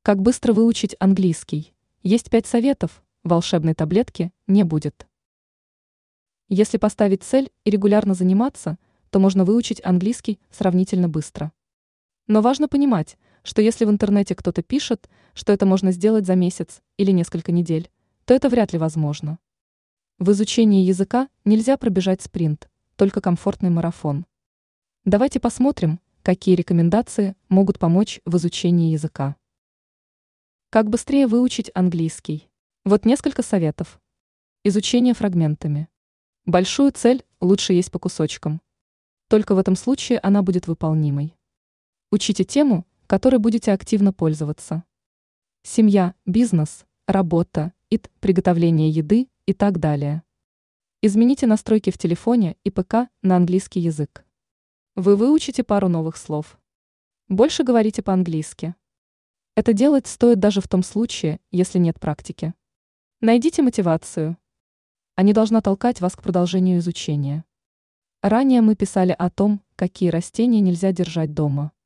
Как быстро выучить английский? Есть 5 советов, волшебной таблетки не будет. Если поставить цель и регулярно заниматься, то можно выучить английский сравнительно быстро. Но важно понимать, что если в интернете кто-то пишет, что это можно сделать за месяц или несколько недель, то это вряд ли возможно. В изучении языка нельзя пробежать спринт, только комфортный марафон. Давайте посмотрим, какие рекомендации могут помочь в изучении языка. Как быстрее выучить английский? Вот несколько советов. Изучение фрагментами. Большую цель лучше есть по кусочкам. Только в этом случае она будет выполнимой. Учите тему, которой будете активно пользоваться. Семья, бизнес, работа, приготовление еды и так далее. Измените настройки в телефоне и ПК на английский язык. Вы выучите пару новых слов. Больше говорите по-английски. Это делать стоит даже в том случае, если нет практики. Найдите мотивацию. Она должна толкать вас к продолжению изучения. Ранее мы писали о том, какие растения нельзя держать дома.